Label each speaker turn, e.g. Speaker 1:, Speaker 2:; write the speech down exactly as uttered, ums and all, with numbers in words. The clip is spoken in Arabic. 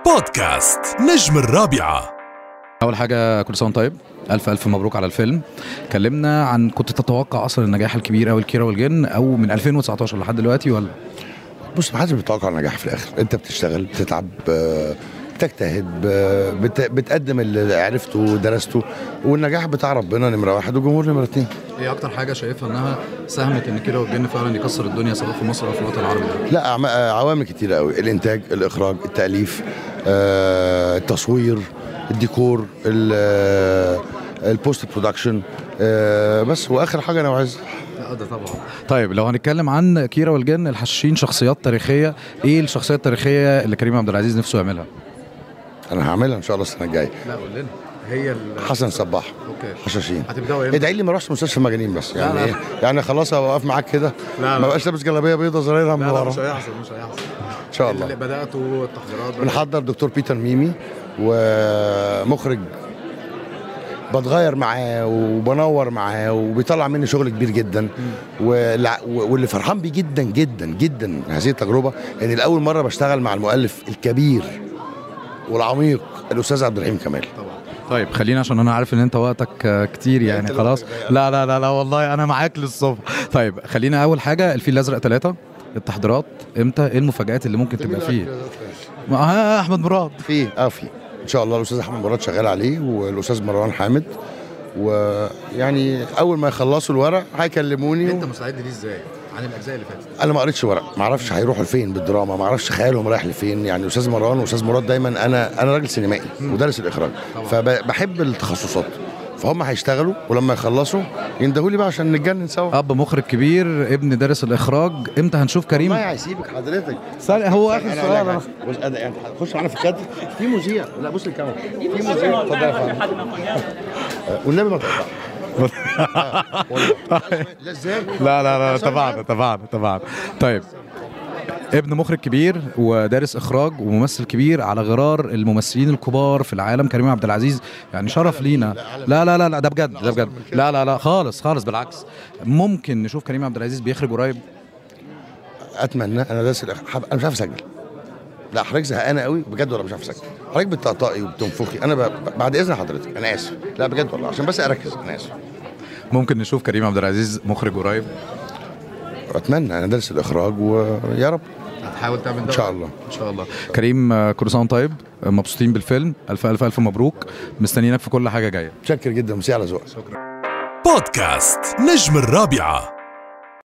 Speaker 1: بودكاست نجم الرابعة.
Speaker 2: أول حاجة كل سنة وانت طيب، ألف ألف مبروك على الفيلم. كلمنا عن كنت تتوقع أصلا النجاح الكبير أو الكيرة والجن أو من ألفين وتسعتاشر لحد دلوقتي ولا؟
Speaker 3: بص، محدش بيتوقع النجاح في الآخر. أنت بتشتغل، بتتعب، بتجتهد، بت... بتقدم اللي عرفته ودرسته، والنجاح بتاع ربنا نمرة واحد والجمهور نمرة اتنين.
Speaker 2: إيه أكتر حاجة شايفها إنها ساهمت إن كيرة والجن فعلا يكسر الدنيا سواء في مصر أو في الوطن العربي؟
Speaker 3: لا، عم... عوامل كتيرة قوي: الإنتاج، الإخراج، التأليف، آه، التصوير، الديكور، البوست برودكشن، آه، بس. واخر حاجه انا عايز
Speaker 2: ده طبعا. طيب لو هنتكلم عن كيرة والجن الحشاشين، شخصيات تاريخيه، ايه الشخصيه التاريخيه اللي كريم عبد العزيز نفسه يعملها؟
Speaker 3: انا هعملها ان شاء الله السنه الجايه.
Speaker 2: لا قول لنا. هي
Speaker 3: حسن صباح.
Speaker 2: اوكي.
Speaker 3: حشاشين
Speaker 2: هتبداوا امتى؟
Speaker 3: ادعي لي ما اروحش مستشفى مجانين بس، يعني
Speaker 2: لا.
Speaker 3: ايه يعني، خلاص اوقف معاك كده، ما بقاش لابس جلابيه بيضه زرايرها من ورا.
Speaker 2: مش هيحصل مش هيحصل
Speaker 3: ان شاء الله.
Speaker 2: اللي بداتوا التحضيرات،
Speaker 3: بنحضر دكتور بيتر ميمي ومخرج بتغير معاه وبنور معاه وبيطلع مني شغل كبير جدا، واللي فرحان بيه جدا جدا جدا هذه التجربه ان لاول مره بشتغل مع المؤلف الكبير والعميق الاستاذ عبد الرحيم كمال.
Speaker 2: طيب خلينا، عشان انا عارف ان انت وقتك كتير يعني خلاص. لا لا لا لا والله انا معاك للصبح. طيب خلينا اول حاجه الفيل الازرق ثلاثة، التحضيرات امتى؟ ايه المفاجآت اللي ممكن تبقى فيه؟ اه احمد مراد
Speaker 3: فيه اه في ان شاء الله الاستاذ احمد مراد شغال عليه والاستاذ مروان حامد، ويعني اول ما يخلصوا الورق هيكلموني.
Speaker 2: انت مستعد ليه ازاي عن الاجزاء اللي فاتت؟
Speaker 3: انا ما قريتش ورق، ما اعرفش هيروحوا لفين بالدراما، ما اعرفش خيالهم رايح لفين. يعني استاذ مروان واستاذ مراد دايما، انا انا راجل سينمائي ودارس الاخراج، فبحب التخصصات، فهم هيشتغلوا ولما يخلصوا يندهوا لي بقى عشان نتجنن سوا.
Speaker 2: اب مخرج كبير، ابن دارس الاخراج، امتى هنشوف كريم؟
Speaker 3: ما هيسيبك حضرتك.
Speaker 2: هو اخر سؤال.
Speaker 3: بص يعني خش معانا في الكادر في مذيع. لا بص الكاميرا في مذيع. اتفضل يا فندم. والنبي ما تقطع. لا ازاي؟
Speaker 2: لا لا لا تبعنا تبعنا تبعنا. طيب ابن مخرج كبير ودارس اخراج وممثل كبير على غرار الممثلين الكبار في العالم، كريم عبد العزيز، يعني شرف لينا. لا لا لا لا ده بجد ده بجد. لا لا لا خالص خالص، بالعكس. ممكن نشوف كريم عبد العزيز بيخرج قريب؟
Speaker 3: اتمنى. انا دارس الاخراج، انا مش عارف اسجل. لا حضرتك زهقانه قوي بجد ولا مش عارف اسجل؟ حضرتك بتطقطقي وبتنفخي. انا ب... بعد اذن حضرتك انا اسف. لا بجد والله عشان بس اركز، انا اسف.
Speaker 2: ممكن نشوف كريم عبد العزيز مخرج قريب؟
Speaker 3: اتمنى. انا دارس الاخراج ويا رب
Speaker 2: هتحاول تعمل ده
Speaker 3: ان شاء الله.
Speaker 2: ان شاء الله. كريم كل سنه طيب، مبسوطين بالفيلم، الف الف الف مبروك، مستنيينك في كل حاجه جايه.
Speaker 3: متشكر جدا، مسي على ذوقك.
Speaker 2: شكرا.
Speaker 1: بودكاست نجم الرابعة.